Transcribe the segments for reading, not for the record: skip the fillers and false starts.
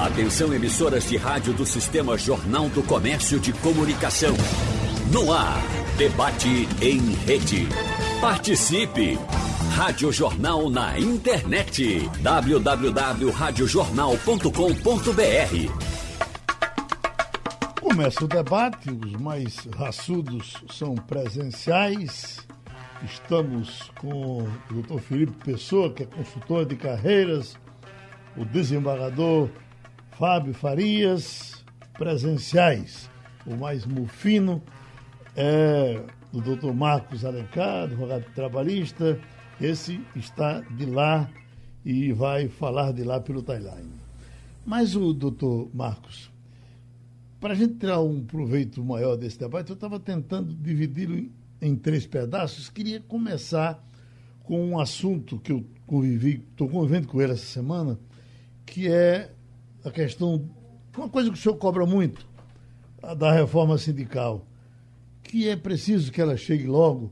Atenção, emissoras de rádio do Sistema Jornal do Comércio de Comunicação. No ar, debate em rede. Participe! Rádio Jornal na internet. www.radiojornal.com.br. Começa o debate, os mais raçudos são presenciais. Estamos com o Dr. Felipe Pessoa, que é consultor de carreiras, o desembargador Fábio Farias, presenciais. O mais mufino é o Dr. Marcos Alencar, advogado trabalhista. Esse está de lá e vai falar de lá pelo timeline. Mas o Dr. Marcos, para a gente tirar um proveito maior desse debate, eu estava tentando dividi-lo em 3 pedaços. Queria começar com um assunto que eu estou convivendo com ele essa semana, que é a questão, uma coisa que o senhor cobra muito, da reforma sindical, que é preciso que ela chegue logo,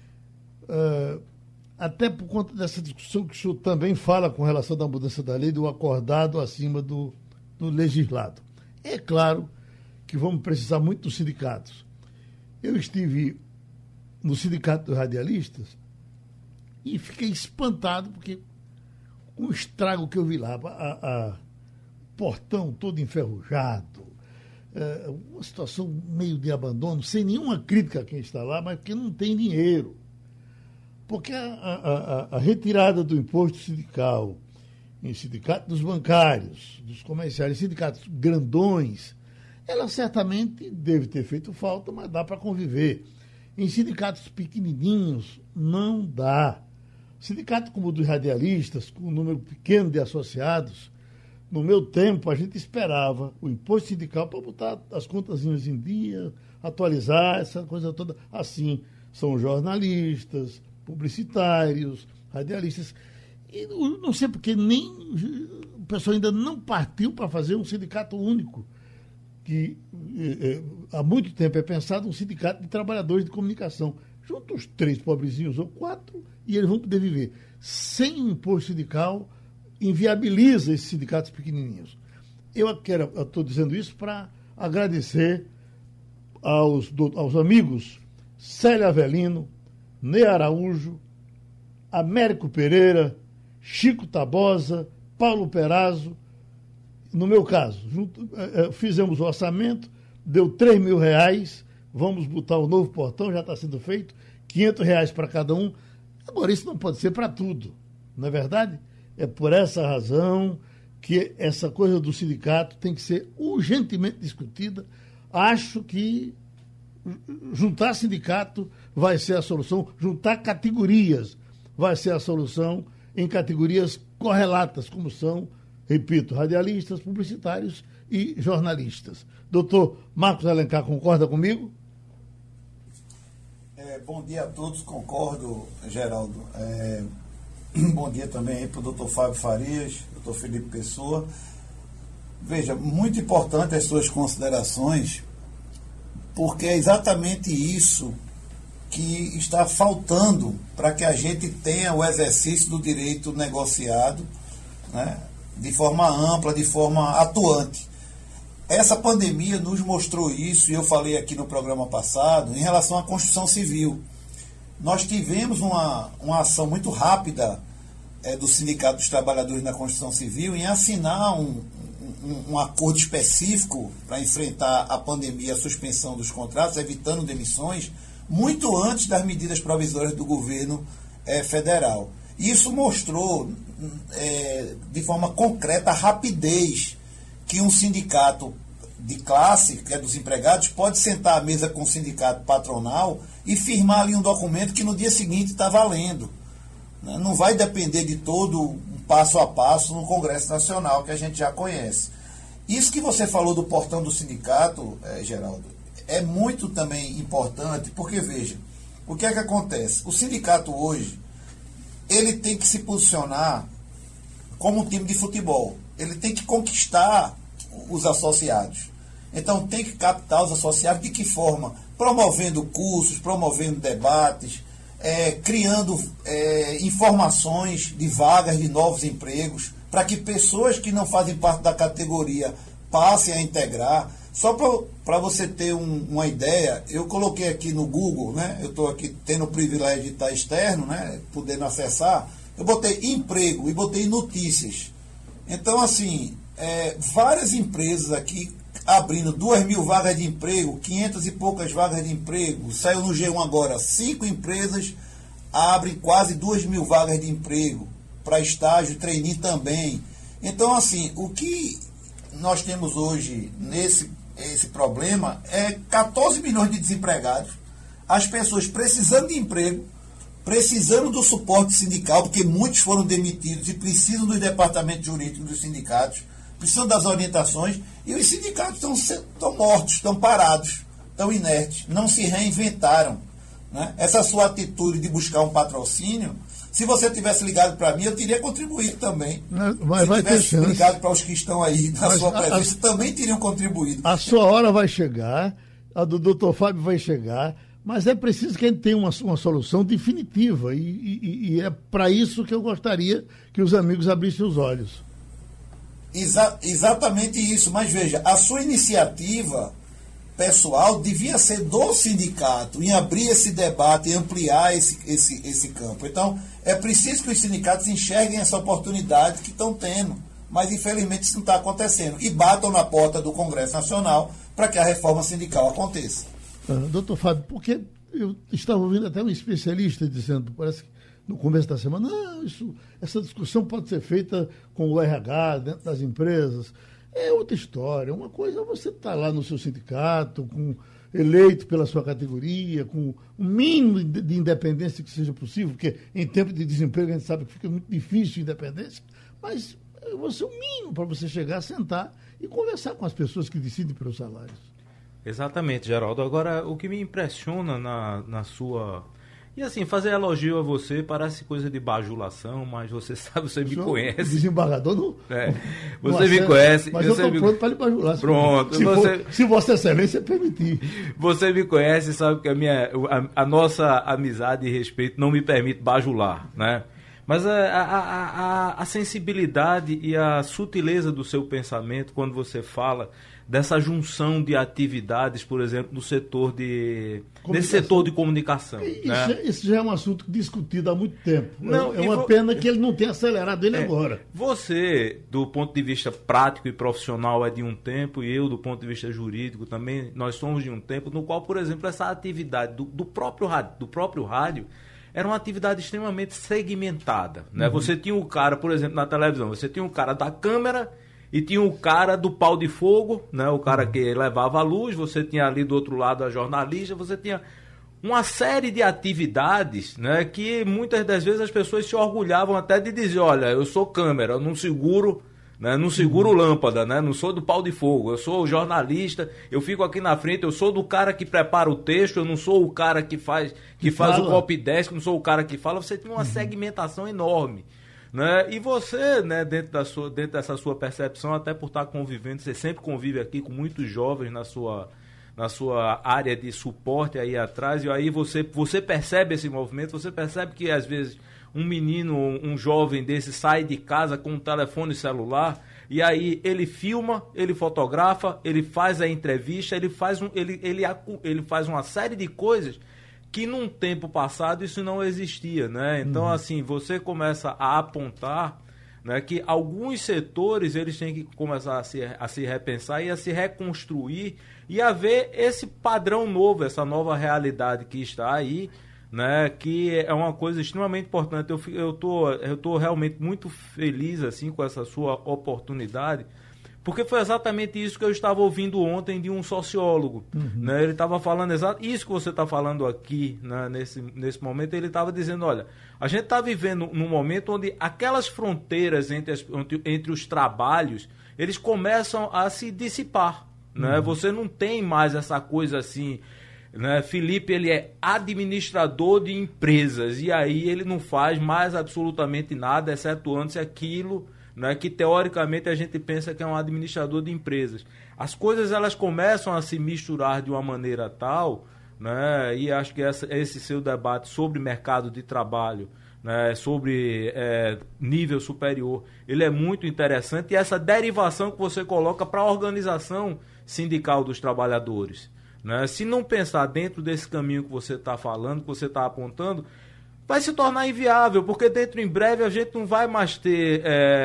até por conta dessa discussão que o senhor também fala com relação à mudança da lei, do acordado acima do legislado. É claro que vamos precisar muito dos sindicatos. Eu estive no Sindicato dos Radialistas e fiquei espantado porque com o estrago que eu vi lá, portão todo enferrujado, uma situação meio de abandono, sem nenhuma crítica a quem está lá, mas porque não tem dinheiro. Porque a retirada do imposto sindical em sindicatos dos bancários, dos comerciais, sindicatos grandões, ela certamente deve ter feito falta, mas dá para conviver. Em sindicatos pequenininhos, não dá. Sindicato como o dos radialistas, com um número pequeno de associados, no meu tempo, a gente esperava o imposto sindical para botar as contazinhas em dia, atualizar essa coisa toda. Assim, são jornalistas, publicitários, radialistas. E não sei porque nem o pessoal ainda não partiu para fazer um sindicato único, que há muito tempo é pensado um sindicato de trabalhadores de comunicação. Junta os 3 pobrezinhos ou 4 e eles vão poder viver. Sem imposto sindical, inviabiliza esses sindicatos pequenininhos. Eu estou dizendo isso para agradecer aos amigos Célia Avelino, Ney Araújo, Américo Pereira, Chico Tabosa, Paulo Perazzo. No meu caso, fizemos o orçamento, deu R$3.000, vamos botar o novo portão, já está sendo feito, R$500 para cada um. Agora, isso não pode ser para tudo, não é verdade? É por essa razão que essa coisa do sindicato tem que ser urgentemente discutida. Acho que juntar sindicato vai ser a solução, juntar categorias vai ser a solução, em categorias correlatas, como são, repito, radialistas, publicitários e jornalistas. Doutor Marcos Alencar, concorda comigo? Bom dia a todos, concordo, Geraldo. Bom dia também para o doutor Fábio Farias, doutor Felipe Pessoa. Veja, muito importante as suas considerações, porque é exatamente isso que está faltando para que a gente tenha o exercício do direito negociado, né, de forma ampla, de forma atuante. Essa pandemia nos mostrou isso, e eu falei aqui no programa passado, em relação à Constituição Civil. Nós tivemos uma ação muito rápida do Sindicato dos Trabalhadores na Constituição Civil em assinar um acordo específico para enfrentar a pandemia, a suspensão dos contratos, evitando demissões, muito antes das medidas provisórias do governo federal. Isso mostrou de forma concreta a rapidez que um sindicato de classe, que é dos empregados, pode sentar à mesa com o sindicato patronal e firmar ali um documento que no dia seguinte está valendo. Não vai depender de todo um passo a passo no Congresso Nacional, que a gente já conhece. Isso que você falou do portão do sindicato, Geraldo, é muito também importante, porque, veja, o que é que acontece? O sindicato hoje, ele tem que se posicionar como um time de futebol. Ele tem que conquistar os associados. Então, tem que captar os associados de que forma? Promovendo cursos, promovendo debates, criando informações de vagas de novos empregos para que pessoas que não fazem parte da categoria passem a integrar. Só para você ter uma ideia, eu coloquei aqui no Google, né? Eu estou aqui tendo o privilégio de estar externo, né? Podendo acessar. Eu botei emprego e botei notícias. Então, assim, várias empresas aqui abrindo 2.000 vagas de emprego, 500 e poucas vagas de emprego. Saiu no G1 agora, 5 empresas abrem quase 2.000 vagas de emprego para estágio, trainee também. Então, assim, o que nós temos hoje esse problema é 14 milhões de desempregados, as pessoas precisando de emprego, precisando do suporte sindical, porque muitos foram demitidos e precisam dos departamentos jurídicos dos sindicatos, precisam das orientações, e os sindicatos estão mortos, estão parados, estão inertes, não se reinventaram. Né? Essa sua atitude de buscar um patrocínio, se você tivesse ligado para mim, eu teria contribuído também. Mas se tivesse ligado para os que estão aí na sua presença, também teriam contribuído. A sua hora vai chegar, a do Dr. Fábio vai chegar, mas é preciso que a gente tenha uma solução definitiva. E é para isso que eu gostaria que os amigos abrissem os olhos. Exatamente isso. Mas veja, a sua iniciativa pessoal devia ser do sindicato, em abrir esse debate e ampliar esse campo. Então, é preciso que os sindicatos enxerguem essa oportunidade que estão tendo, mas infelizmente isso não está acontecendo, e batam na porta do Congresso Nacional para que a reforma sindical aconteça. Doutor Fábio, porque eu estava ouvindo até um especialista dizendo, parece que no começo da semana, essa discussão pode ser feita com o RH dentro das empresas. É outra história. Uma coisa é você estar lá no seu sindicato, eleito pela sua categoria, com o mínimo de independência que seja possível, porque em tempo de desemprego a gente sabe que fica muito difícil a independência, mas você o mínimo para você chegar, sentar e conversar com as pessoas que decidem pelos salários. Exatamente, Geraldo. Agora, o que me impressiona na sua... E assim, fazer elogio a você parece coisa de bajulação, mas você sabe, você me conhece. Desembargador não. Você me conhece. Mas eu estou pronto para lhe bajular. Pronto. Se Vossa Excelência permitir. Você me conhece e sabe que a nossa amizade e respeito não me permite bajular, né? Mas a sensibilidade e a sutileza do seu pensamento quando você fala dessa junção de atividades, por exemplo, no setor nesse setor de comunicação. Isso já é um assunto discutido há muito tempo. É uma pena que ele não tenha acelerado ele agora. Você, do ponto de vista prático e profissional, é de um tempo, e eu, do ponto de vista jurídico, também, nós somos de um tempo, no qual, por exemplo, essa atividade do próprio rádio era uma atividade extremamente segmentada. Né? Você tinha o cara, por exemplo, na televisão, você tinha o cara da câmera e tinha o cara do pau de fogo, né? O cara que levava a luz, você tinha ali do outro lado a jornalista, você tinha uma série de atividades, né? Que muitas das vezes as pessoas se orgulhavam até de dizer, olha, eu sou câmera, eu não seguro... Né? Não seguro lâmpada, né? Não sou do pau de fogo, eu sou jornalista, eu fico aqui na frente, eu sou do cara que prepara o texto, eu não sou o cara que faz o copy desk, não sou o cara que fala. Você tem uma segmentação enorme, né? E você, né, dentro dessa sua percepção, até por estar convivendo, você sempre convive aqui com muitos jovens na sua área de suporte aí atrás, e aí você percebe esse movimento, você percebe que às vezes um menino, um jovem desse sai de casa com um telefone celular e aí ele filma, ele fotografa, ele faz a entrevista, ele faz uma série de coisas que num tempo passado isso não existia, né? Então, assim, você começa a apontar, né, que alguns setores eles têm que começar a se repensar e a se reconstruir e a ver esse padrão novo, essa nova realidade que está aí, né, que é uma coisa extremamente importante. Eu tô realmente muito feliz assim com essa sua oportunidade, porque foi exatamente isso que eu estava ouvindo ontem de um sociólogo, né? Ele estava falando isso que você está falando aqui, né, nesse momento. Ele estava dizendo, olha, a gente está vivendo num momento onde aquelas fronteiras entre os trabalhos, eles começam a se dissipar, né? Você não tem mais essa coisa assim, né? Felipe, ele é administrador de empresas e aí ele não faz mais absolutamente nada, excetuando-se aquilo, né, que teoricamente a gente pensa que é um administrador de empresas. As coisas elas começam a se misturar de uma maneira tal, né, e acho que esse seu debate sobre mercado de trabalho, né, sobre nível superior, ele é muito interessante, e essa derivação que você coloca para a organização sindical dos trabalhadores, né? Se não pensar dentro desse caminho que você está falando, que você está apontando, vai se tornar inviável, porque dentro em breve a gente não vai mais ter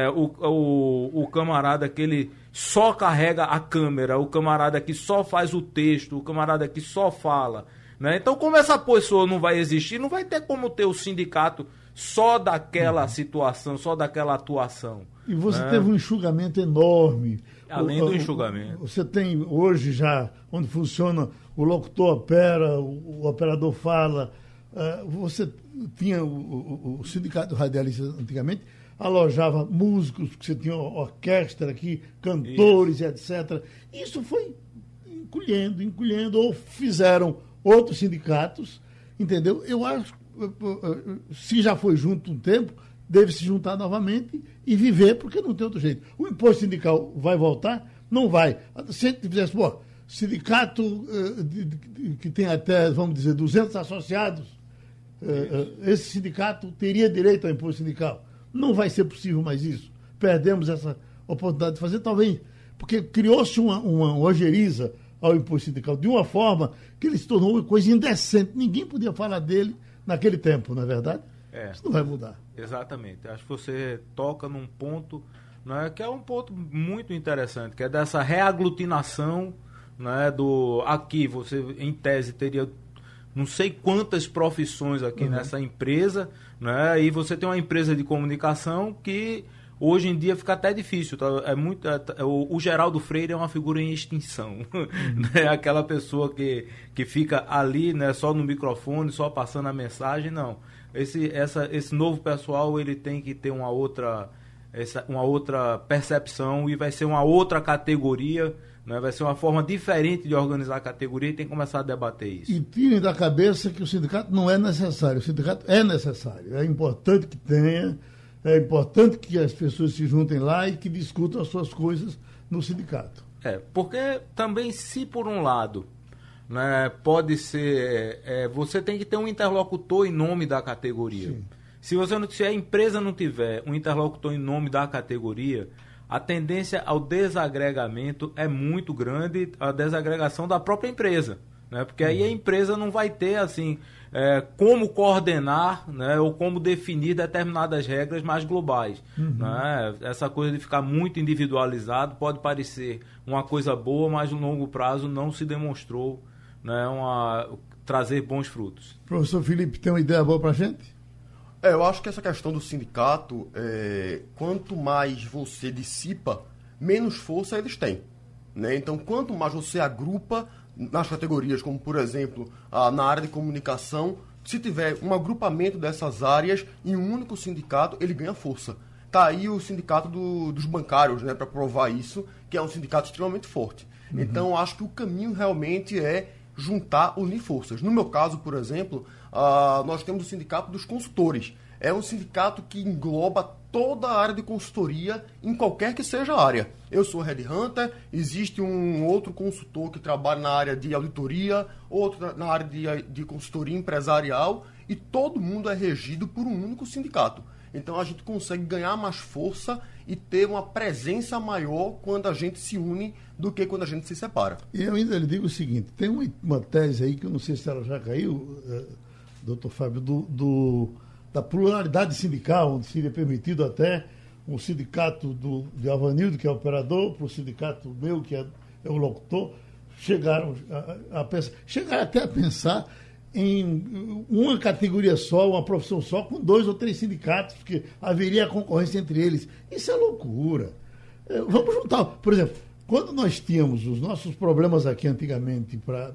o camarada que ele só carrega a câmera, o camarada que só faz o texto, o camarada que só fala, né? Então, como essa pessoa não vai existir, não vai ter como ter o sindicato só daquela situação, só daquela atuação. E você teve um enxugamento enorme. Além do enxugamento. Você tem hoje já, onde funciona o locutor opera, o operador fala. Você tinha o sindicato radialista antigamente, alojava músicos, você tinha orquestra aqui, cantores, etc. Isso foi encolhendo, ou fizeram outros sindicatos, entendeu? Eu acho que se já foi junto um tempo, deve se juntar novamente e viver, porque não tem outro jeito. O imposto sindical vai voltar? Não vai. Se a gente fizesse, sindicato que tem até, vamos dizer, 200 associados, esse sindicato teria direito ao imposto sindical. Não vai ser possível mais isso. Perdemos essa oportunidade de fazer, talvez, porque criou-se uma ojeriza ao imposto sindical de uma forma que ele se tornou uma coisa indecente. Ninguém podia falar dele naquele tempo, não é verdade? Isso não vai mudar. Exatamente. Acho que você toca num ponto, né, que é um ponto muito interessante, que é dessa reaglutinação, né, aqui você, em tese, teria não sei quantas profissões aqui nessa empresa, né, e você tem uma empresa de comunicação que hoje em dia fica até difícil. Tá? O Geraldo Freire é uma figura em extinção. Né? Aquela pessoa que fica ali, né, só no microfone, só passando a mensagem, não. Esse novo pessoal, ele tem que ter uma outra percepção, e vai ser uma outra categoria, né? Vai ser uma forma diferente de organizar a categoria, e tem que começar a debater isso. E tirem da cabeça que o sindicato não é necessário. O sindicato é necessário. É importante que tenha, é importante que as pessoas se juntem lá e que discutam as suas coisas no sindicato. Porque também, se por um lado, né, pode ser, você tem que ter um interlocutor em nome da categoria. Sim. Se a empresa não tiver um interlocutor em nome da categoria, a tendência ao desagregamento é muito grande, a desagregação da própria empresa, né? Porque aí a empresa não vai ter assim como coordenar, né, ou como definir determinadas regras mais globais. Né? Essa coisa de ficar muito individualizado pode parecer uma coisa boa, mas no longo prazo não se demonstrou, né, trazer bons frutos. Professor Felipe, tem uma ideia boa para a gente? Eu acho que essa questão do sindicato, quanto mais você dissipa, menos força eles têm. Né? Então, quanto mais você agrupa nas categorias, como, por exemplo, na área de comunicação, se tiver um agrupamento dessas áreas em um único sindicato, ele ganha força. Está aí o sindicato dos bancários, né, para provar isso, que é um sindicato extremamente forte. Então, acho que o caminho realmente é unir forças. No meu caso, por exemplo, nós temos o sindicato dos consultores. É um sindicato que engloba toda a área de consultoria, em qualquer que seja a área. Eu sou headhunter, existe um outro consultor que trabalha na área de auditoria, outro na área de consultoria empresarial, e todo mundo é regido por um único sindicato. Então a gente consegue ganhar mais força e ter uma presença maior quando a gente se une do que quando a gente se separa. E eu ainda lhe digo o seguinte, tem uma tese aí que eu não sei se ela já caiu, doutor Fábio, da pluralidade sindical, onde seria permitido até um sindicato de Alvanildo, que é operador, para o sindicato meu, que é o locutor, chegaram até a pensar em uma categoria só, uma profissão só, com 2 ou 3 sindicatos, porque haveria concorrência entre eles. Isso é loucura. Vamos juntar. Por exemplo, quando nós tínhamos os nossos problemas aqui antigamente,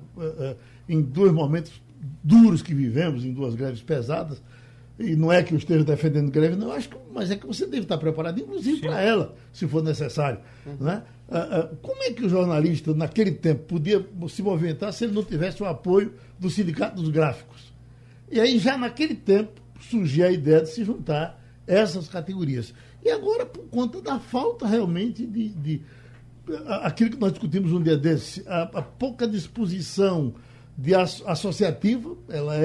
em 2 momentos duros que vivemos, em 2 greves pesadas, e não é que eu esteja defendendo greve, não, mas é que você deve estar preparado, inclusive para ela, se for necessário. Né? Como é que o jornalista, naquele tempo, podia se movimentar se ele não tivesse o apoio do Sindicato dos Gráficos? E aí, já naquele tempo, surgia a ideia de se juntar essas categorias. E agora, por conta da falta realmente de aquilo que nós discutimos um dia desse, a pouca disposição associativa,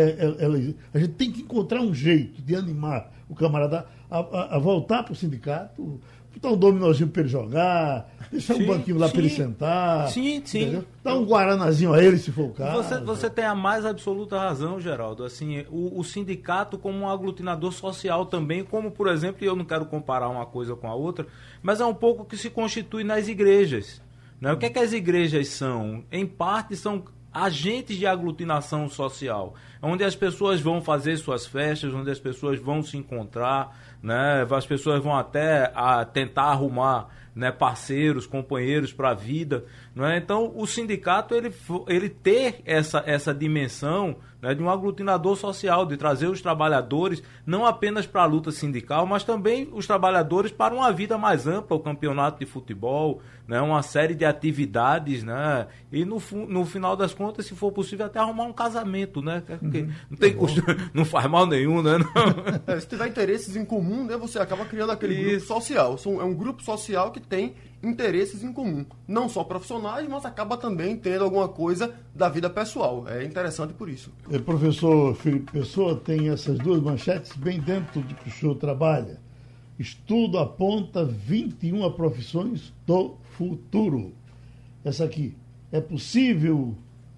a gente tem que encontrar um jeito de animar o camarada a voltar para o sindicato, botar um dominozinho para ele jogar, deixar um banquinho lá para ele sentar. Sim. Dar um guaranazinho a ele, se for o caso. Você tem a mais absoluta razão, Geraldo. Assim, o sindicato como um aglutinador social também, como, por exemplo, eu não quero comparar uma coisa com a outra, mas é um pouco que se constitui nas igrejas. Né? O que é que as igrejas são? Em parte, são agentes de aglutinação social, onde as pessoas vão fazer suas festas, onde as pessoas vão se encontrar, né? As pessoas vão até tentar arrumar, né, parceiros, companheiros para a vida, né? Então o sindicato ele ter essa dimensão, né, de um aglutinador social, de trazer os trabalhadores não apenas para a luta sindical, mas também os trabalhadores para uma vida mais ampla, o campeonato de futebol, né, uma série de atividades, né, e no final das contas, se for possível, até arrumar um casamento, né? Não tem custo, não faz mal nenhum, né? Se tiver interesses em comum, né, você acaba criando aquele grupo social. É um grupo social que tem interesses em comum, não só profissionais, mas acaba também tendo alguma coisa da vida pessoal. É interessante por isso. O professor Felipe Pessoa tem essas duas manchetes bem dentro do que o senhor trabalha. Estudo aponta 21 profissões do futuro. Essa aqui. É possível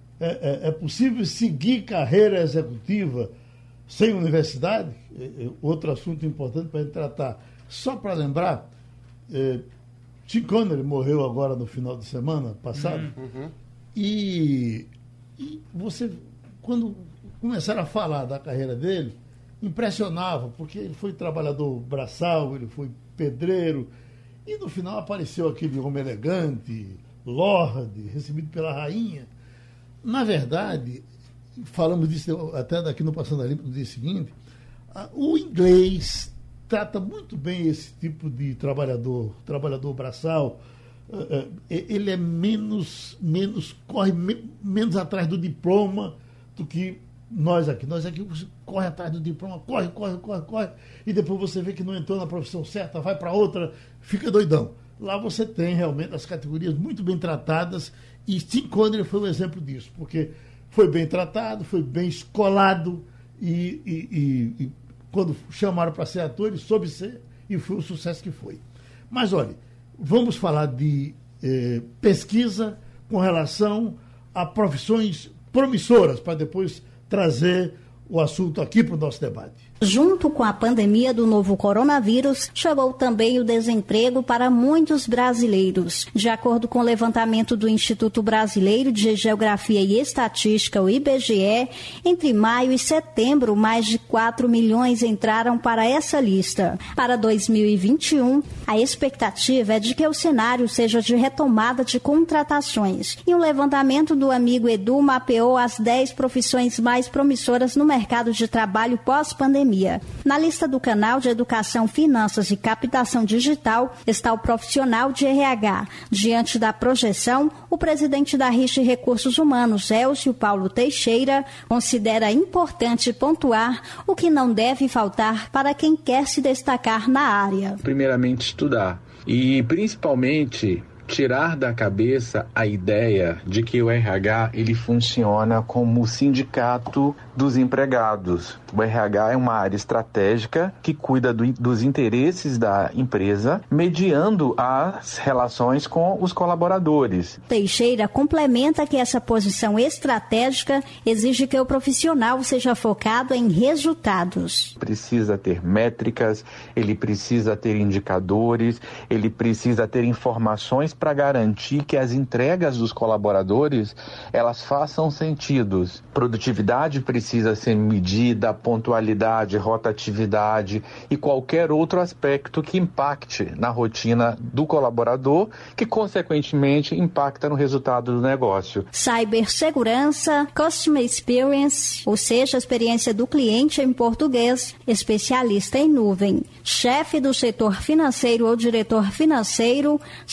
seguir carreira executiva sem universidade? Outro assunto importante para a gente tratar. Só para lembrar, Tim Connery morreu agora no final de semana passado. E você, quando começaram a falar da carreira dele, impressionava, porque ele foi trabalhador braçal, ele foi pedreiro, e no final apareceu aquele homem elegante, lorde, recebido pela rainha. Na verdade, falamos disso até daqui no Passando a Limpo no dia seguinte, o inglês trata muito bem esse tipo de trabalhador braçal. Ele é corre menos atrás do diploma do que nós aqui. Nós aqui você corre atrás do diploma, corre, e depois você vê que não entrou na profissão certa, vai para outra, fica doidão. Lá você tem realmente as categorias muito bem tratadas, e Tim Connery foi um exemplo disso, porque foi bem tratado, foi bem escolado, e quando chamaram para ser ator, ele soube ser, e foi o sucesso que foi. Mas, olha, vamos falar de pesquisa com relação a profissões promissoras, para depois trazer o assunto aqui para o nosso debate. Junto com a pandemia do novo coronavírus, chegou também o desemprego para muitos brasileiros. De acordo com o levantamento do Instituto Brasileiro de Geografia e Estatística, o IBGE, entre maio e setembro, mais de 4 milhões entraram para essa lista. Para 2021, a expectativa é de que o cenário seja de retomada de contratações. E um levantamento do amigo Edu mapeou as 10 profissões mais promissoras no mercado de trabalho pós-pandemia. Na lista do canal de Educação, Finanças e Captação Digital está o profissional de RH. Diante da projeção, o presidente da RISC Recursos Humanos, Elcio Paulo Teixeira, considera importante pontuar o que não deve faltar para quem quer se destacar na área. Primeiramente, estudar e, principalmente, tirar da cabeça a ideia de que o RH ele funciona como o sindicato dos empregados. O RH é uma área estratégica que cuida dos interesses da empresa, mediando as relações com os colaboradores. Teixeira complementa que essa posição estratégica exige que o profissional seja focado em resultados. Precisa ter métricas, ele precisa ter indicadores, ele precisa ter informações para garantir que as entregas dos colaboradores elas façam sentido. Produtividade precisa ser medida, pontualidade, rotatividade e qualquer outro aspecto que impacte na rotina do colaborador, que consequentemente impacta no resultado do negócio. Cibersegurança, Customer Experience, ou seja, a experiência do cliente em português, especialista em nuvem, chefe do setor financeiro ou diretor financeiro, são outros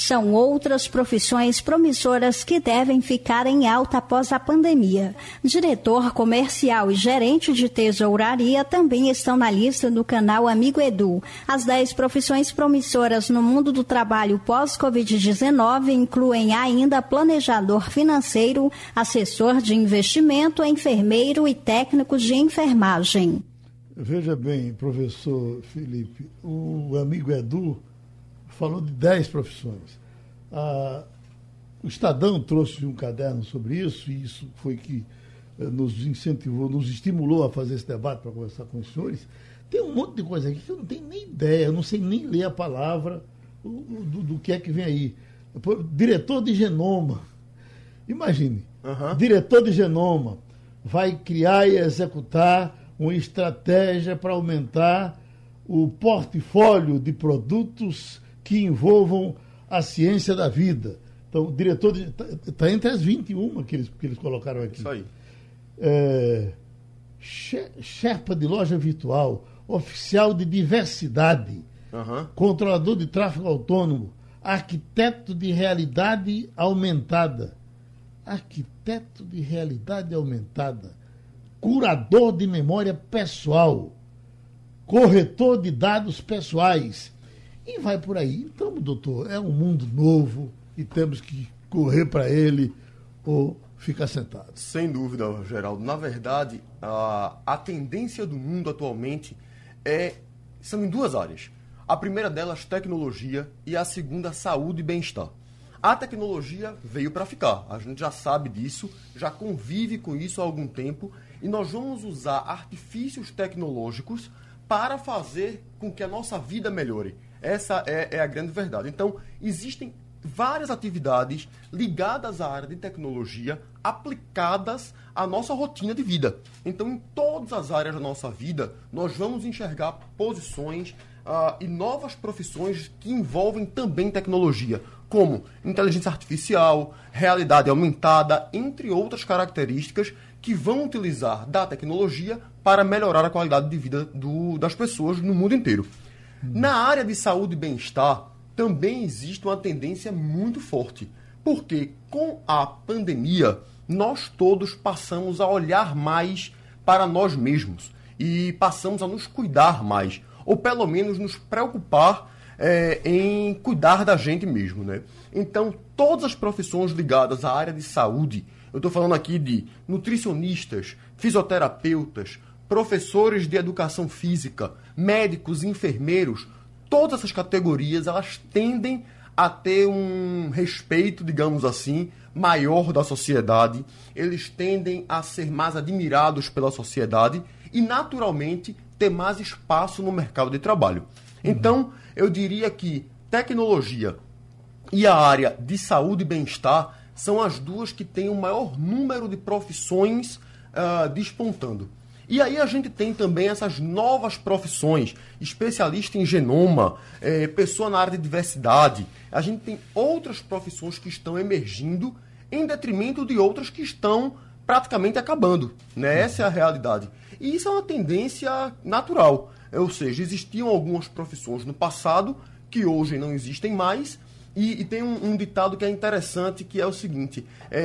outras profissões promissoras que devem ficar em alta após a pandemia. Diretor comercial e gerente de tesouraria também estão na lista do canal Amigo Edu. As 10 profissões promissoras no mundo do trabalho pós-Covid-19 incluem ainda planejador financeiro, assessor de investimento, enfermeiro e técnicos de enfermagem. Veja bem, professor Felipe, o Amigo Edu falou de 10 profissões. O Estadão trouxe um caderno sobre isso, e isso foi que nos incentivou, nos estimulou a fazer esse debate para conversar com os senhores. Tem um monte de coisa aqui que eu não tenho nem ideia, eu não sei nem ler a palavra do que é que vem aí. Diretor de genoma. Imagine, diretor de genoma vai criar e executar uma estratégia para aumentar o portfólio de produtos que envolvam a ciência da vida. Então, o diretor está entre as 21 que eles colocaram aqui. Isso aí. Sherpa de loja virtual, oficial de diversidade, controlador de tráfego autônomo, arquiteto de realidade aumentada, curador de memória pessoal, corretor de dados pessoais, e vai por aí. Então, doutor, é um mundo novo e temos que correr para ele ou ficar sentado. Sem dúvida, Geraldo. Na verdade, a tendência do mundo atualmente são em 2 áreas. A primeira delas, tecnologia, e a segunda, saúde e bem-estar. A tecnologia veio para ficar, a gente já sabe disso, já convive com isso há algum tempo, e nós vamos usar artifícios tecnológicos para fazer com que a nossa vida melhore. Essa é a grande verdade. Então, existem várias atividades ligadas à área de tecnologia aplicadas à nossa rotina de vida. Então, em todas as áreas da nossa vida, nós vamos enxergar posições e novas profissões que envolvem também tecnologia, como inteligência artificial, realidade aumentada, entre outras características que vão utilizar da tecnologia para melhorar a qualidade de vida das pessoas no mundo inteiro. Na área de saúde e bem-estar, também existe uma tendência muito forte, porque com a pandemia, nós todos passamos a olhar mais para nós mesmos e passamos a nos cuidar mais, ou pelo menos nos preocupar em cuidar da gente mesmo, né? Então, todas as profissões ligadas à área de saúde, eu estou falando aqui de nutricionistas, fisioterapeutas, professores de educação física, médicos, enfermeiros, todas essas categorias, elas tendem a ter um respeito, digamos assim, maior da sociedade, eles tendem a ser mais admirados pela sociedade e, naturalmente, ter mais espaço no mercado de trabalho. Então, eu diria que tecnologia e a área de saúde e bem-estar são as duas que têm o maior número de profissões despontando. E aí a gente tem também essas novas profissões, especialista em genoma, pessoa na área de diversidade. A gente tem outras profissões que estão emergindo em detrimento de outras que estão praticamente acabando, né? Essa é a realidade. E isso é uma tendência natural. Ou seja, existiam algumas profissões no passado que hoje não existem mais. E tem um ditado que é interessante, que é o seguinte: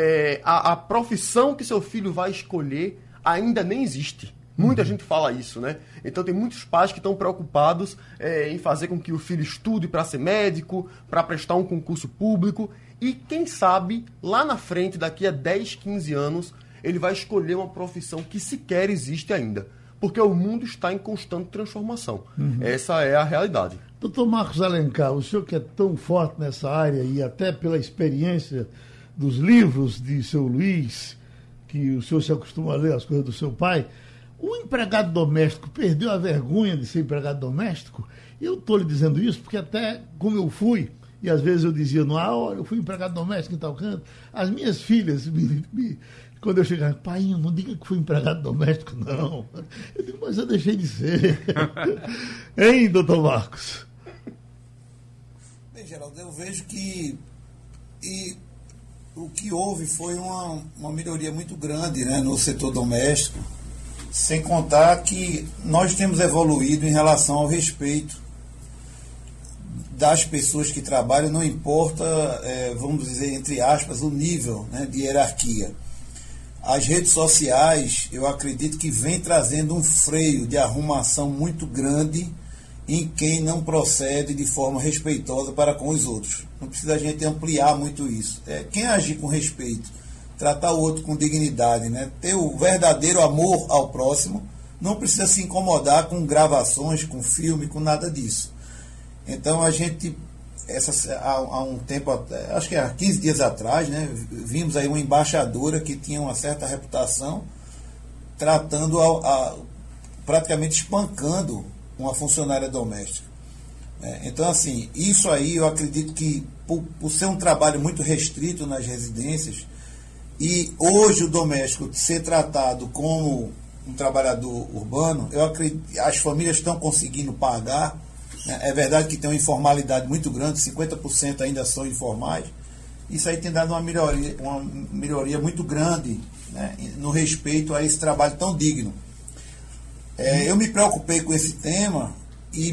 a profissão que seu filho vai escolher ainda nem existe. Muita gente fala isso, né? Então tem muitos pais que estão preocupados em fazer com que o filho estude para ser médico, para prestar um concurso público. E quem sabe, lá na frente, daqui a 10, 15 anos, ele vai escolher uma profissão que sequer existe ainda. Porque o mundo está em constante transformação. Essa é a realidade. Doutor Marcos Alencar, o senhor que é tão forte nessa área e até pela experiência dos livros de seu Luiz, que o senhor se acostuma a ler as coisas do seu pai, o empregado doméstico perdeu a vergonha de ser empregado doméstico? Eu estou lhe dizendo isso porque até como eu fui, e às vezes eu dizia, olha, eu fui empregado doméstico em tal canto, as minhas filhas, quando eu chegava, pai, não diga que fui empregado doméstico, não. Eu digo, mas eu deixei de ser. Hein, doutor Marcos? Bem, Geraldo, eu vejo que o que houve foi uma melhoria muito grande, né, no setor doméstico, sem contar que nós temos evoluído em relação ao respeito das pessoas que trabalham, não importa, vamos dizer, entre aspas, o nível, né, de hierarquia. As redes sociais, eu acredito que vem trazendo um freio de arrumação muito grande em quem não procede de forma respeitosa para com os outros. Não precisa a gente ampliar muito isso. Quem agir com respeito, tratar o outro com dignidade, né, ter o verdadeiro amor ao próximo, não precisa se incomodar com gravações, com filme, com nada disso. Então a gente, há um tempo, acho que há 15 dias atrás, né, vimos aí uma embaixadora que tinha uma certa reputação, tratando, praticamente espancando uma funcionária doméstica. Então, assim, isso aí eu acredito que, por ser um trabalho muito restrito nas residências, e hoje o doméstico ser tratado como um trabalhador urbano, eu acredito que as famílias estão conseguindo pagar. É verdade que tem uma informalidade muito grande, 50% ainda são informais. Isso aí tem dado uma melhoria muito grande, né, no respeito a esse trabalho tão digno. Eu me preocupei com esse tema em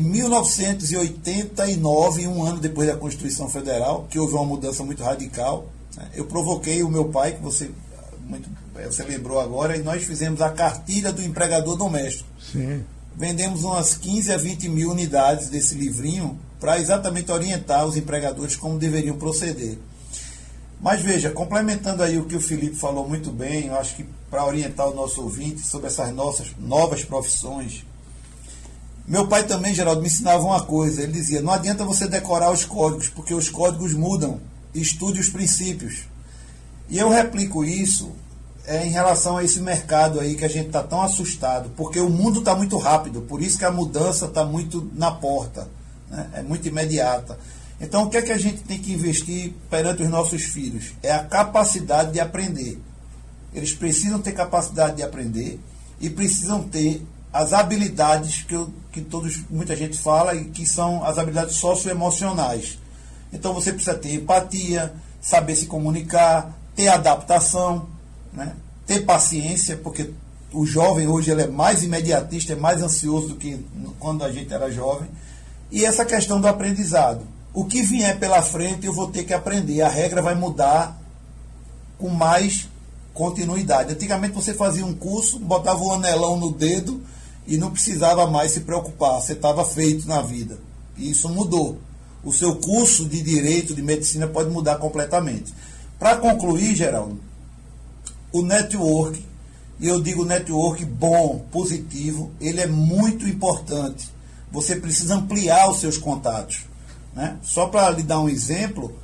1989, um ano depois da Constituição Federal, que houve uma mudança muito radical. Eu provoquei o meu pai, que você lembrou agora, e nós fizemos a cartilha do empregador doméstico. Sim. Vendemos umas 15 a 20 mil unidades desse livrinho para exatamente orientar os empregadores como deveriam proceder. Mas veja, complementando aí o que o Felipe falou muito bem, eu acho que para orientar o nosso ouvinte sobre essas nossas novas profissões, meu pai também, Geraldo, me ensinava uma coisa. Ele dizia, não adianta você decorar os códigos, porque os códigos mudam. Estude os princípios. E eu replico isso em relação a esse mercado aí que a gente está tão assustado, porque o mundo está muito rápido, por isso que a mudança está muito na porta, né? É muito imediata. Então, o que é que a gente tem que investir perante os nossos filhos? É a capacidade de aprender. Eles precisam ter capacidade de aprender e precisam ter as habilidades que muita gente fala, e que são as habilidades socioemocionais. Então, você precisa ter empatia, saber se comunicar, ter adaptação, né? Ter paciência, porque o jovem hoje ele é mais imediatista, é mais ansioso do que quando a gente era jovem. E essa questão do aprendizado. O que vier pela frente eu vou ter que aprender. A regra vai mudar com mais continuidade. Antigamente você fazia um curso, botava um anelão no dedo e não precisava mais se preocupar. Você estava feito na vida. E isso mudou. O seu curso de direito, de medicina pode mudar completamente. Para concluir, Geraldo, o network, e eu digo network bom, positivo, ele é muito importante. Você precisa ampliar os seus contatos, né? Só para lhe dar um exemplo,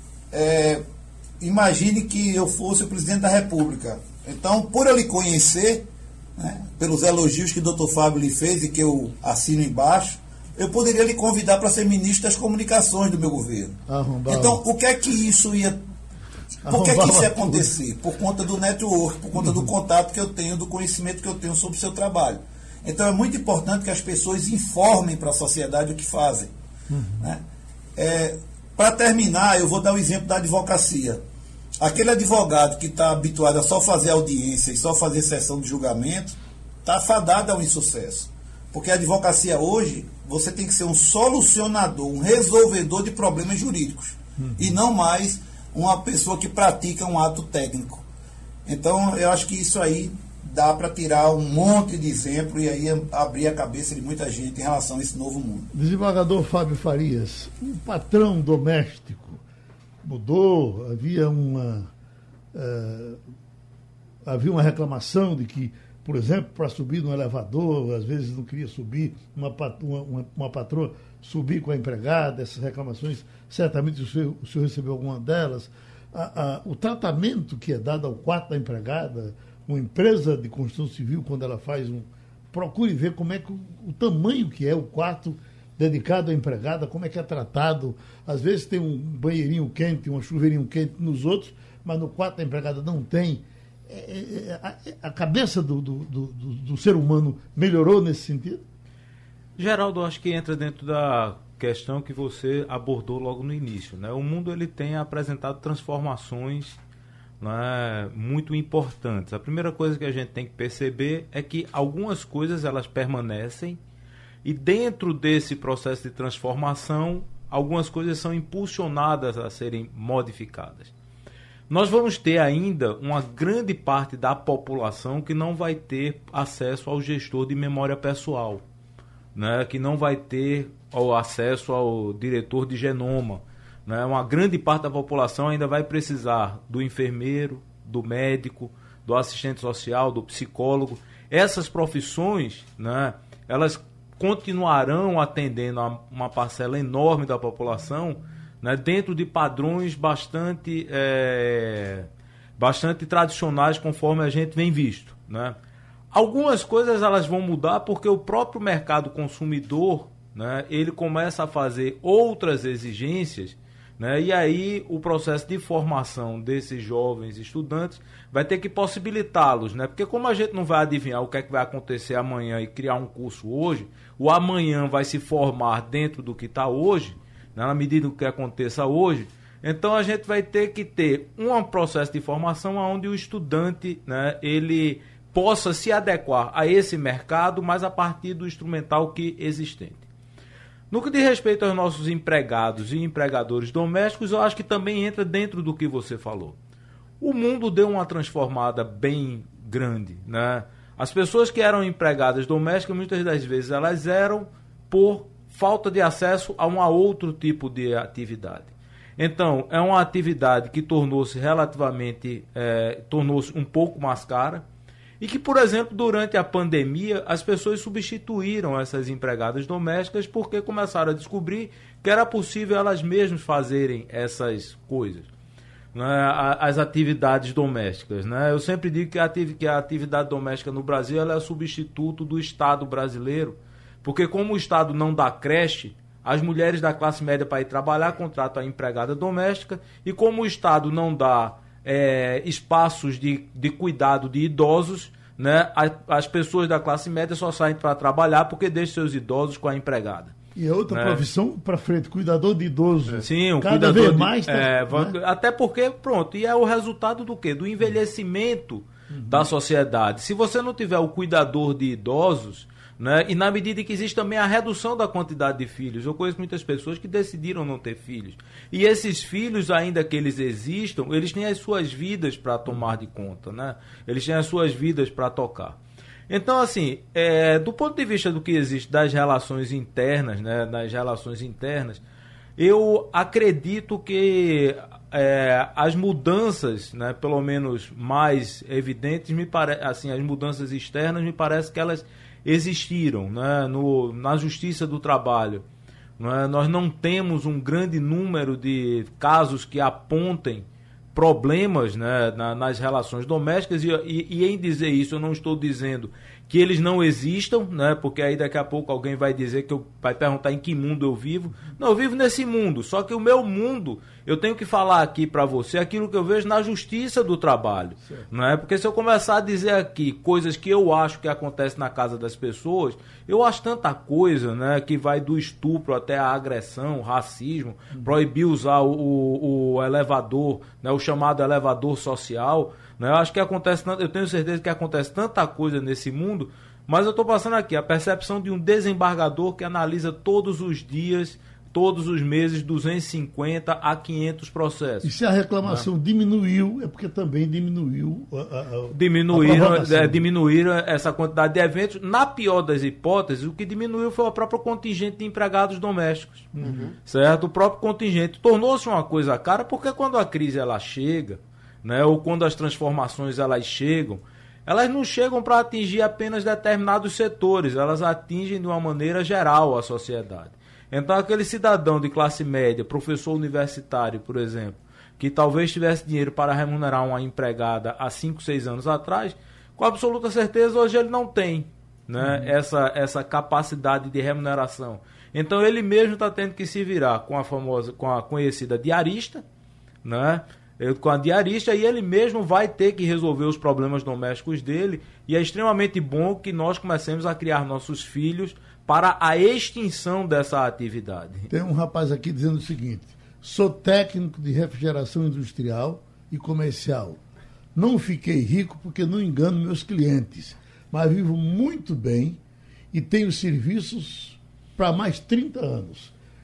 imagine que eu fosse o presidente da República. Então, por eu lhe conhecer, né, pelos elogios que o Dr. Fábio lhe fez e que eu assino embaixo, eu poderia lhe convidar para ser ministro das comunicações do meu governo. Então, o que é que isso ia... Por que isso ia acontecer? Por conta do network, por conta do contato que eu tenho, do conhecimento que eu tenho sobre o seu trabalho. Então é muito importante que as pessoas informem para a sociedade o que fazem. Né? Para terminar, eu vou dar o exemplo da advocacia. Aquele advogado que está habituado a só fazer audiência e só fazer sessão de julgamento, está fadado ao insucesso. Porque a advocacia hoje, você tem que ser um solucionador, um resolvedor de problemas jurídicos. E não mais uma pessoa que pratica um ato técnico. Então, eu acho que isso aí dá para tirar um monte de exemplo e aí abrir a cabeça de muita gente em relação a esse novo mundo. Desembargador Fábio Farias, um patrão doméstico mudou, havia uma reclamação de que, por exemplo, para subir no elevador, às vezes não queria subir, uma patroa subir com a empregada, essas reclamações, certamente o senhor recebeu alguma delas. O tratamento que é dado ao quarto da empregada, uma empresa de construção civil, quando ela faz procure ver como é que o tamanho que é o quarto dedicado à empregada, como é que é tratado. Às vezes tem um banheirinho quente, um chuveirinho quente nos outros, mas no quarto da empregada não tem. A cabeça do ser humano melhorou nesse sentido? Geraldo, acho que entra dentro da questão que você abordou logo no início, né? O mundo ele tem apresentado transformações, né, muito importantes. A primeira coisa que a gente tem que perceber é que algumas coisas elas permanecem e dentro desse processo de transformação algumas coisas são impulsionadas a serem modificadas. Nós vamos ter ainda uma grande parte da população que não vai ter acesso ao gestor de memória pessoal, né? Que não vai ter acesso ao diretor de genoma, né? Uma grande parte da população ainda vai precisar do enfermeiro, do médico, do assistente social, do psicólogo. Essas profissões, né, elas continuarão atendendo a uma parcela enorme da população, né, dentro de padrões bastante tradicionais, conforme a gente vem visto, né? Algumas coisas elas vão mudar porque o próprio mercado consumidor, né, ele começa a fazer outras exigências, né, e aí o processo de formação desses jovens estudantes vai ter que possibilitá-los, né, porque como a gente não vai adivinhar o que é que vai acontecer amanhã e criar um curso hoje, o amanhã vai se formar dentro do que está hoje, né, na medida do que aconteça hoje. Então a gente vai ter que ter um processo de formação onde o estudante, né, ele possa se adequar a esse mercado, mas a partir do instrumental que existente. No que diz respeito aos nossos empregados e empregadores domésticos, eu acho que também entra dentro do que você falou. O mundo deu uma transformada bem grande, né? As pessoas que eram empregadas domésticas, muitas das vezes, elas eram por falta de acesso a um outro tipo de atividade. Então, é uma atividade que tornou-se um pouco mais cara, e que, por exemplo, durante a pandemia, as pessoas substituíram essas empregadas domésticas porque começaram a descobrir que era possível elas mesmas fazerem essas coisas, né? As atividades domésticas, né? Eu sempre digo que a atividade doméstica no Brasil ela é substituto do Estado brasileiro, porque como o Estado não dá creche, as mulheres da classe média para ir trabalhar contratam a empregada doméstica, e como o Estado não dá espaços de cuidado de idosos, né, as pessoas da classe média só saem para trabalhar porque deixam seus idosos com a empregada. E é outra, né, profissão para frente, cuidador de idoso. Sim, o cada cuidador vez mais. Né? Até porque, pronto, e é o resultado do quê? Do envelhecimento da sociedade. Se você não tiver o cuidador de idosos, né, e na medida que existe também a redução da quantidade de filhos, eu conheço muitas pessoas que decidiram não ter filhos. E esses filhos, ainda que eles existam, eles têm as suas vidas para tomar de conta, né? Eles têm as suas vidas para tocar. Então, assim, do ponto de vista do que existe das relações internas, né, eu acredito que as mudanças, né, pelo menos mais evidentes, as mudanças externas, me parece que elas existiram, né, na Justiça do Trabalho. Né, nós não temos um grande número de casos que apontem problemas, né, nas relações domésticas, e em dizer isso eu não estou dizendo que eles não existam, né, porque aí daqui a pouco alguém vai dizer vai perguntar em que mundo eu vivo. Não, eu vivo nesse mundo, só que o meu mundo, eu tenho que falar aqui para você aquilo que eu vejo na Justiça do Trabalho, né? Porque se eu começar a dizer aqui coisas que eu acho que acontecem na casa das pessoas, eu acho tanta coisa, né, que vai do estupro até a agressão, racismo, proibir usar o elevador, né, o chamado elevador social, né? Eu acho que eu tenho certeza que acontece tanta coisa nesse mundo, mas eu estou passando aqui a percepção de um desembargador que analisa todos os dias, todos os meses, 250 a 500 processos. E se a reclamação diminuiu, é porque também diminuiu diminuíram essa quantidade de eventos. Na pior das hipóteses, o que diminuiu foi o próprio contingente de empregados domésticos. Certo? O próprio contingente tornou-se uma coisa cara, porque quando a crise ela chega, né, ou quando as transformações elas chegam, elas não chegam para atingir apenas determinados setores, elas atingem de uma maneira geral a sociedade. Então aquele cidadão de classe média, professor universitário, por exemplo, que talvez tivesse dinheiro para remunerar uma empregada há 5, 6 anos atrás, com absoluta certeza hoje ele não tem, né, essa capacidade de remuneração. Então ele mesmo está tendo que se virar com a conhecida diarista, né, com a diarista, e ele mesmo vai ter que resolver os problemas domésticos dele, e é extremamente bom que nós comecemos a criar nossos filhos para a extinção dessa atividade. Tem um rapaz aqui dizendo o seguinte: sou técnico de refrigeração industrial e comercial. Não fiquei rico porque não engano meus clientes, mas vivo muito bem e tenho serviços para mais 30 anos.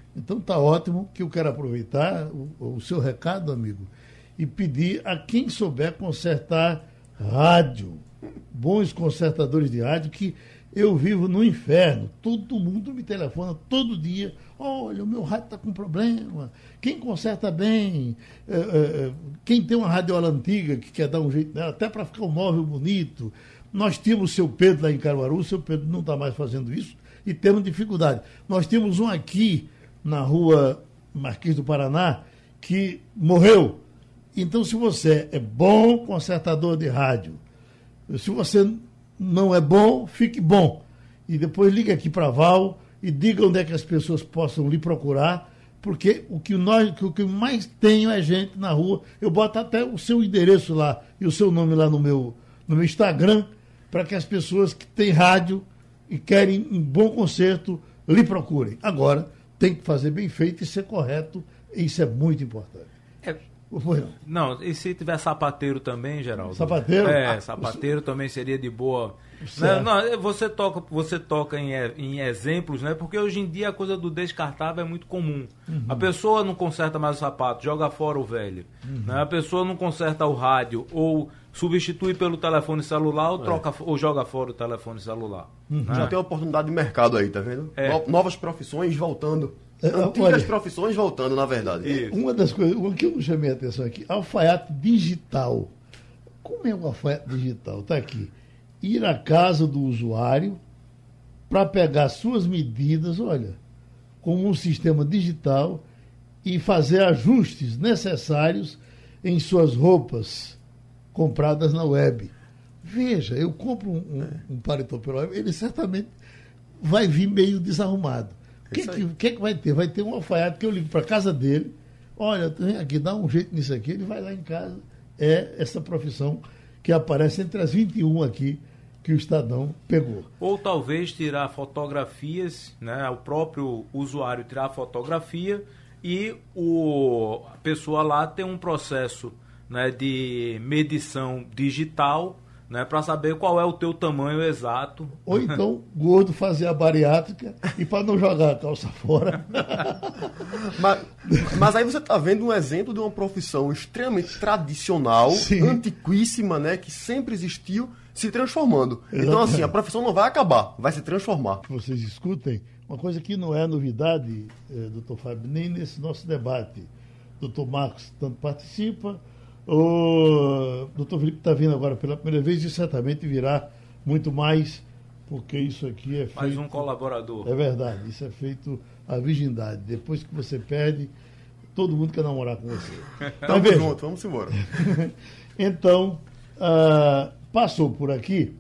Então está ótimo, que eu quero aproveitar o seu recado, amigo, e pedir a quem souber consertar rádio, bons consertadores de rádio, que eu vivo no inferno. Todo mundo me telefona todo dia. Olha, o meu rádio está com problema. Quem conserta bem? Quem tem uma radiola antiga que quer dar um jeito nela, até para ficar um móvel bonito. Nós tínhamos o seu Pedro lá em Caruaru, o seu Pedro não está mais fazendo isso e temos dificuldade. Nós temos um aqui na rua Marquês do Paraná que morreu. Então, se você é bom consertador de rádio, se você não é bom, fique bom. E depois ligue aqui para a Val e diga onde é que as pessoas possam lhe procurar, porque o que mais tenho é gente na rua. Eu boto até o seu endereço lá e o seu nome lá no meu Instagram, para que as pessoas que têm rádio e querem um bom conserto lhe procurem. Agora, tem que fazer bem feito e ser correto, e isso é muito importante. Não, e se tiver sapateiro também, Geraldo? Sapateiro? Sapateiro também seria de boa. Não, você toca em exemplos, né? Porque hoje em dia a coisa do descartável é muito comum. Uhum. A pessoa não conserta mais o sapato, joga fora o velho. Uhum. Né? A pessoa não conserta o rádio, ou substitui pelo telefone celular, ou joga fora o telefone celular. Uhum. Né? Já tem uma oportunidade de mercado aí, tá vendo? Novas profissões voltando. Antigas profissões voltando, na verdade. Isso. Uma das coisas, o que eu não chamei a atenção aqui, alfaiate digital. Como é o alfaiate digital? Está aqui. Ir à casa do usuário para pegar suas medidas, olha, com um sistema digital e fazer ajustes necessários em suas roupas compradas na web. Veja, eu compro um paletó pela web, ele certamente vai vir meio desarrumado. O que vai ter? Vai ter um alfaiate que eu ligo para a casa dele, olha, aqui, dá um jeito nisso aqui, ele vai lá em casa. É essa profissão que aparece entre as 21 aqui que o Estadão pegou. Ou talvez tirar fotografias, né, o próprio usuário tirar a fotografia e a pessoa lá tem um processo, né, de medição digital, né, para saber qual é o teu tamanho exato. Ou então, gordo fazer a bariátrica e para não jogar a calça fora. Mas aí você está vendo um exemplo de uma profissão extremamente tradicional, sim, antiquíssima, né, que sempre existiu, se transformando. Exatamente. Então, assim, a profissão não vai acabar, vai se transformar. Vocês escutem, uma coisa que não é novidade, doutor Fábio, nem nesse nosso debate. Doutor Marcos tanto participa, o doutor Felipe está vindo agora pela primeira vez e certamente virá muito mais, porque isso aqui é feito... Mais um colaborador. É verdade, isso é feito à virgindade. Depois que você perde, todo mundo quer namorar com você. Vamos junto, vamos embora. Então, passou por aqui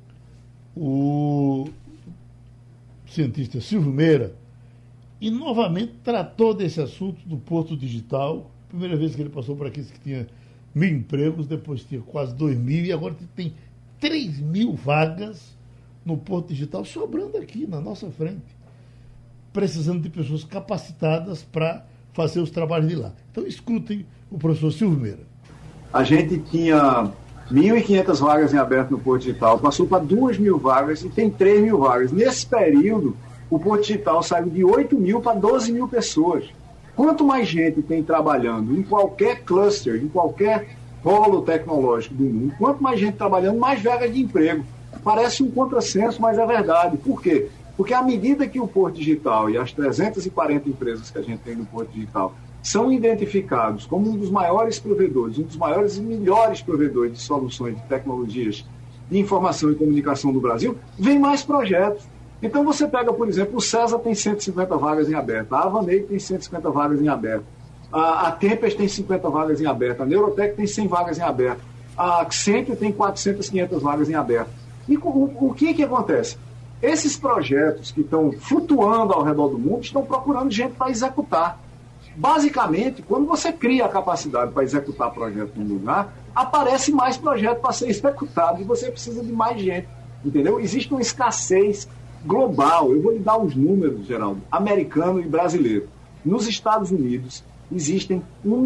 o cientista Silvio Meira e novamente tratou desse assunto do Porto Digital. Primeira vez que ele passou por aqui, disse que tinha 1.000 empregos, depois tinha quase 2.000 e agora tem 3.000 vagas no Porto Digital sobrando aqui na nossa frente, precisando de pessoas capacitadas para fazer os trabalhos de lá. Então escutem o professor Silvio Meira. A gente tinha 1.500 vagas em aberto no Porto Digital, passou para 2.000 vagas e tem 3.000 vagas. Nesse período, o Porto Digital saiu de 8.000 para 12.000 pessoas. Quanto mais gente tem trabalhando em qualquer cluster, em qualquer polo tecnológico do mundo, quanto mais gente trabalhando, mais vagas de emprego. Parece um contrassenso, mas é verdade. Por quê? Porque à medida que o Porto Digital e as 340 empresas que a gente tem no Porto Digital são identificados como um dos maiores provedores, um dos maiores e melhores provedores de soluções de tecnologias de informação e comunicação do Brasil, vem mais projetos. Então você pega, por exemplo, o César tem 150 vagas em aberto, a Avanei tem 150 vagas em aberto, a Tempest tem 50 vagas em aberto, a Neurotech tem 100 vagas em aberto, a Accenture tem 400, 500 vagas em aberto. E o que acontece? Esses projetos que estão flutuando ao redor do mundo estão procurando gente para executar. Basicamente, quando você cria a capacidade para executar projeto num lugar, aparece mais projeto para ser executado e você precisa de mais gente, entendeu? Existe uma escassez global. Eu vou lhe dar os números, Geraldo, americano e brasileiro. Nos Estados Unidos, existem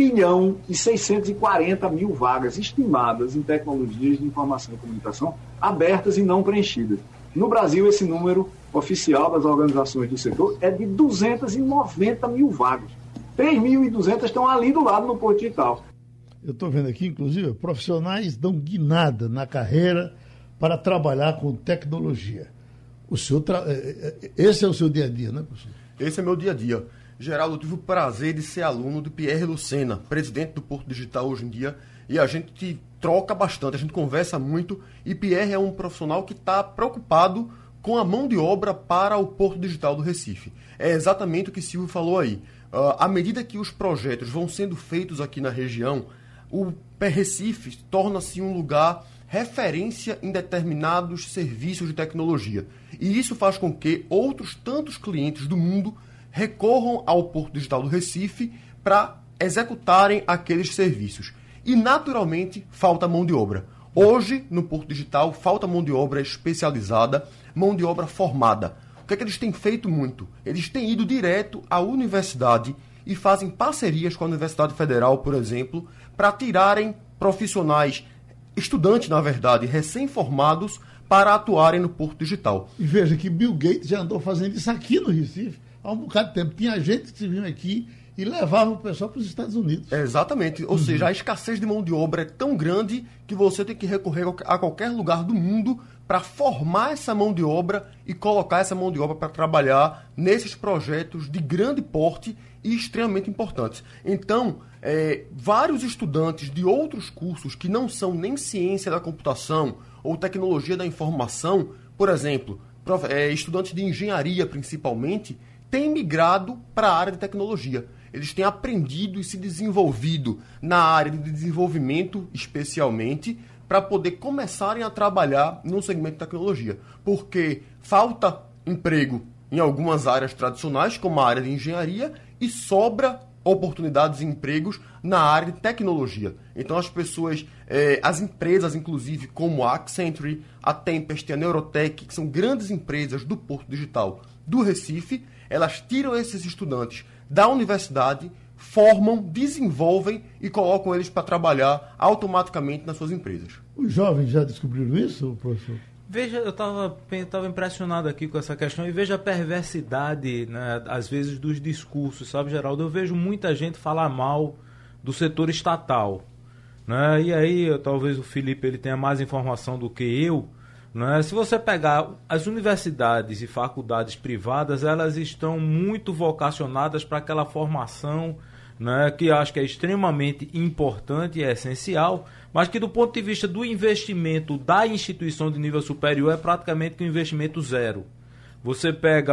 1.640.000 vagas estimadas em tecnologias de informação e comunicação abertas e não preenchidas. No Brasil, esse número oficial das organizações do setor é de 290 mil vagas. 3.200 estão ali do lado no Porto Digital. Eu estou vendo aqui, inclusive, profissionais dão guinada na carreira para trabalhar com tecnologia. O senhor esse é o seu dia a dia, né, professor? Esse é meu dia a dia. Geraldo, eu tive o prazer de ser aluno de Pierre Lucena, presidente do Porto Digital hoje em dia, e a gente troca bastante, a gente conversa muito, e Pierre é um profissional que está preocupado com a mão de obra para o Porto Digital do Recife. É exatamente o que Silvio falou aí. À medida que os projetos vão sendo feitos aqui na região, o Recife torna-se um lugar referência em determinados serviços de tecnologia. E isso faz com que outros tantos clientes do mundo recorram ao Porto Digital do Recife para executarem aqueles serviços. E, naturalmente, falta mão de obra. Hoje, no Porto Digital, falta mão de obra especializada, mão de obra formada. O que é que eles têm feito muito? Eles têm ido direto à universidade e fazem parcerias com a Universidade Federal, por exemplo, para tirarem profissionais, estudantes, na verdade, recém-formados, para atuarem no Porto Digital. E veja que Bill Gates já andou fazendo isso aqui no Recife há um bocado de tempo. Tinha gente que vinha aqui e levava o pessoal para os Estados Unidos. Exatamente. Ou seja, a escassez de mão de obra é tão grande que você tem que recorrer a qualquer lugar do mundo para formar essa mão de obra e colocar essa mão de obra para trabalhar nesses projetos de grande porte e extremamente importantes. Então, vários estudantes de outros cursos que não são nem ciência da computação ou tecnologia da informação, por exemplo, estudantes de engenharia principalmente, têm migrado para a área de tecnologia. Eles têm aprendido e se desenvolvido na área de desenvolvimento, especialmente, para poder começarem a trabalhar no segmento de tecnologia. Porque falta emprego em algumas áreas tradicionais, como a área de engenharia, e sobra oportunidades e empregos na área de tecnologia. Então as pessoas, as empresas, inclusive, como a Accenture, a Tempest, a Neurotech, que são grandes empresas do Porto Digital do Recife, elas tiram esses estudantes da universidade, formam, desenvolvem e colocam eles para trabalhar automaticamente nas suas empresas. Os jovens já descobriram isso, professor? Veja, eu estava impressionado aqui com essa questão e veja a perversidade, né, às vezes, dos discursos, sabe, Geraldo? Eu vejo muita gente falar mal do setor estatal, né? E aí, talvez o Felipe ele tenha mais informação do que eu, né? Se você pegar as universidades e faculdades privadas, elas estão muito vocacionadas para aquela formação, né, que eu acho que é extremamente importante e é essencial, mas que do ponto de vista do investimento da instituição de nível superior é praticamente um investimento zero. Você pega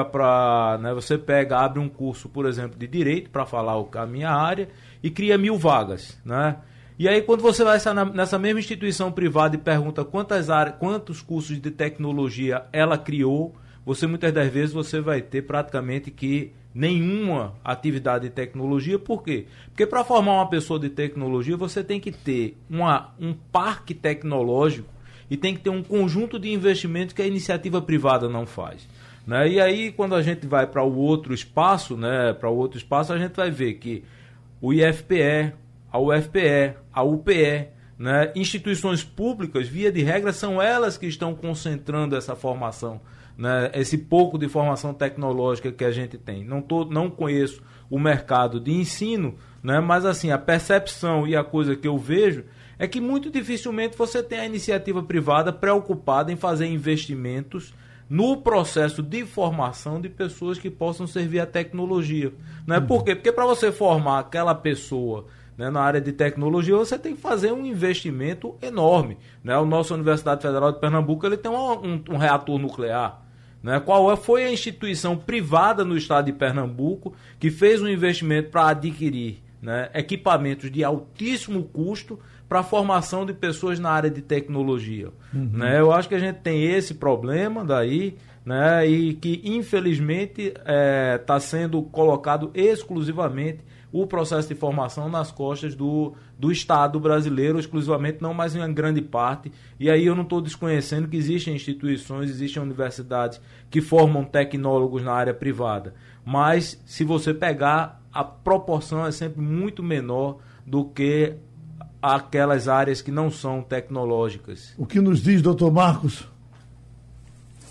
abre um curso, por exemplo, de direito, para falar a minha área, e cria 1.000 vagas, né? E aí quando você vai nessa mesma instituição privada e pergunta quantos cursos de tecnologia ela criou, você muitas das vezes você vai ter praticamente que nenhuma atividade de tecnologia. Por quê? Porque para formar uma pessoa de tecnologia você tem que ter um parque tecnológico e tem que ter um conjunto de investimentos que a iniciativa privada não faz, né? E aí quando a gente vai para o outro espaço, né, a gente vai ver que o IFPE, a UFPE, a UPE, né, instituições públicas, via de regra, são elas que estão concentrando essa formação, né, esse pouco de formação tecnológica que a gente tem. Não conheço o mercado de ensino, né, mas assim, a percepção e a coisa que eu vejo é que muito dificilmente você tem a iniciativa privada preocupada em fazer investimentos no processo de formação de pessoas que possam servir a tecnologia, né? Por quê? Porque para você formar aquela pessoa, né, na área de tecnologia, você tem que fazer um investimento enorme, né? A nossa Universidade Federal de Pernambuco ele tem um reator nuclear, né? Foi a instituição privada no estado de Pernambuco que fez um investimento para adquirir, né, equipamentos de altíssimo custo para a formação de pessoas na área de tecnologia, né? Eu acho que a gente tem esse problema daí, né, e que infelizmente está sendo colocado exclusivamente o processo de formação nas costas do Estado brasileiro, exclusivamente, não mais em uma grande parte. E aí eu não estou desconhecendo que existem instituições, existem universidades que formam tecnólogos na área privada. Mas, se você pegar, a proporção é sempre muito menor do que aquelas áreas que não são tecnológicas. O que nos diz, doutor Marcos?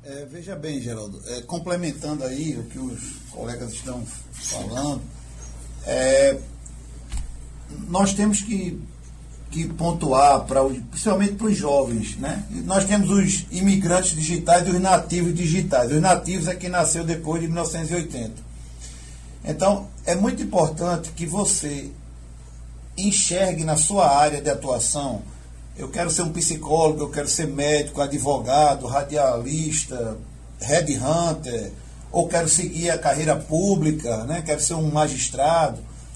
Veja bem, Geraldo, complementando aí o que os colegas estão falando, nós temos que pontuar, principalmente para os jovens, né? Nós temos os imigrantes digitais e os nativos digitais. Os nativos é quem nasceu depois de 1980. Então, é muito importante que você enxergue na sua área de atuação. Eu quero ser um psicólogo, eu quero ser médico, advogado, radialista, headhunter, ou quero seguir a carreira pública, né? Quero ser um magistrado.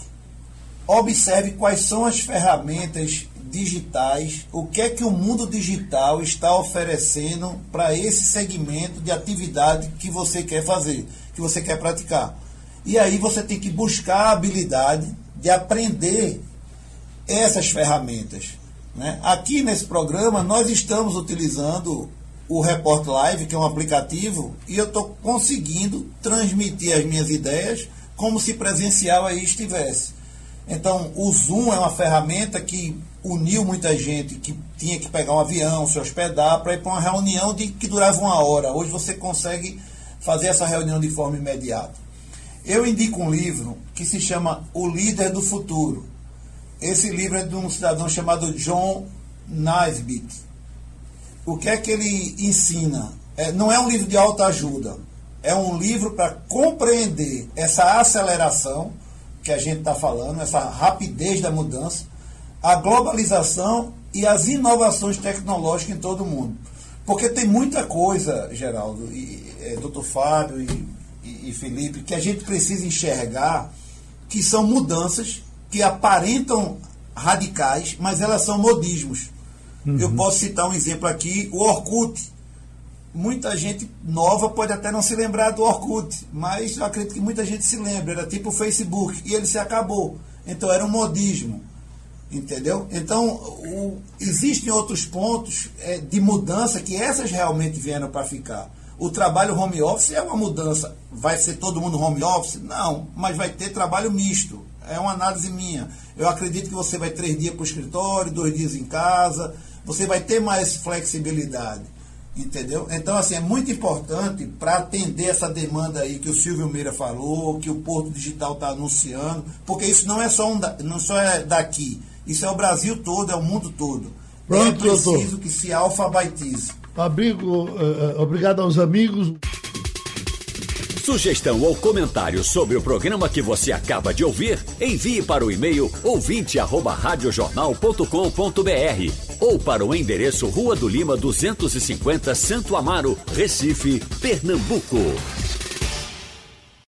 Observe quais são as ferramentas digitais, o que é que o mundo digital está oferecendo para esse segmento de atividade que você quer fazer, que você quer praticar. E aí você tem que buscar a habilidade de aprender essas ferramentas, né? Aqui nesse programa nós estamos utilizando o Report Live, que é um aplicativo, e eu estou conseguindo transmitir as minhas ideias como se presencial aí estivesse. Então, o Zoom é uma ferramenta que uniu muita gente que tinha que pegar um avião, se hospedar, para ir para uma reunião que durava 1 hora. Hoje você consegue fazer essa reunião de forma imediata. Eu indico um livro que se chama O Líder do Futuro. Esse livro é de um cidadão chamado John Naisbitt. O que é que ele ensina? Não é um livro de autoajuda. É um livro para compreender essa aceleração que a gente está falando, essa rapidez da mudança, a globalização e as inovações tecnológicas em todo o mundo. Porque tem muita coisa, Geraldo, Dr. Fábio e Felipe, que a gente precisa enxergar que são mudanças que aparentam radicais, mas elas são modismos. Uhum. Eu posso citar um exemplo aqui, o Orkut. Muita gente nova pode até não se lembrar do Orkut, mas eu acredito que muita gente se lembra. Era tipo o Facebook, e ele se acabou. Então era um modismo, entendeu? Então existem outros pontos de mudança que essas realmente vieram para ficar. O trabalho home office é uma mudança. Vai ser todo mundo home office? Não, mas vai ter trabalho misto. É uma análise minha. Eu acredito que você vai 3 dias para o escritório, 2 dias em casa, você vai ter mais flexibilidade. Entendeu? Então, assim, é muito importante para atender essa demanda aí que o Silvio Meira falou, que o Porto Digital está anunciando, porque isso não é só daqui, isso é o Brasil todo, é o mundo todo. Pronto, é preciso, doutor, que se alfabetize. Obrigado aos amigos. Sugestão ou comentário sobre o programa que você acaba de ouvir, envie para o e-mail ouvinte@radiojornal.com.br ou para o endereço Rua do Lima 250, Santo Amaro, Recife, Pernambuco.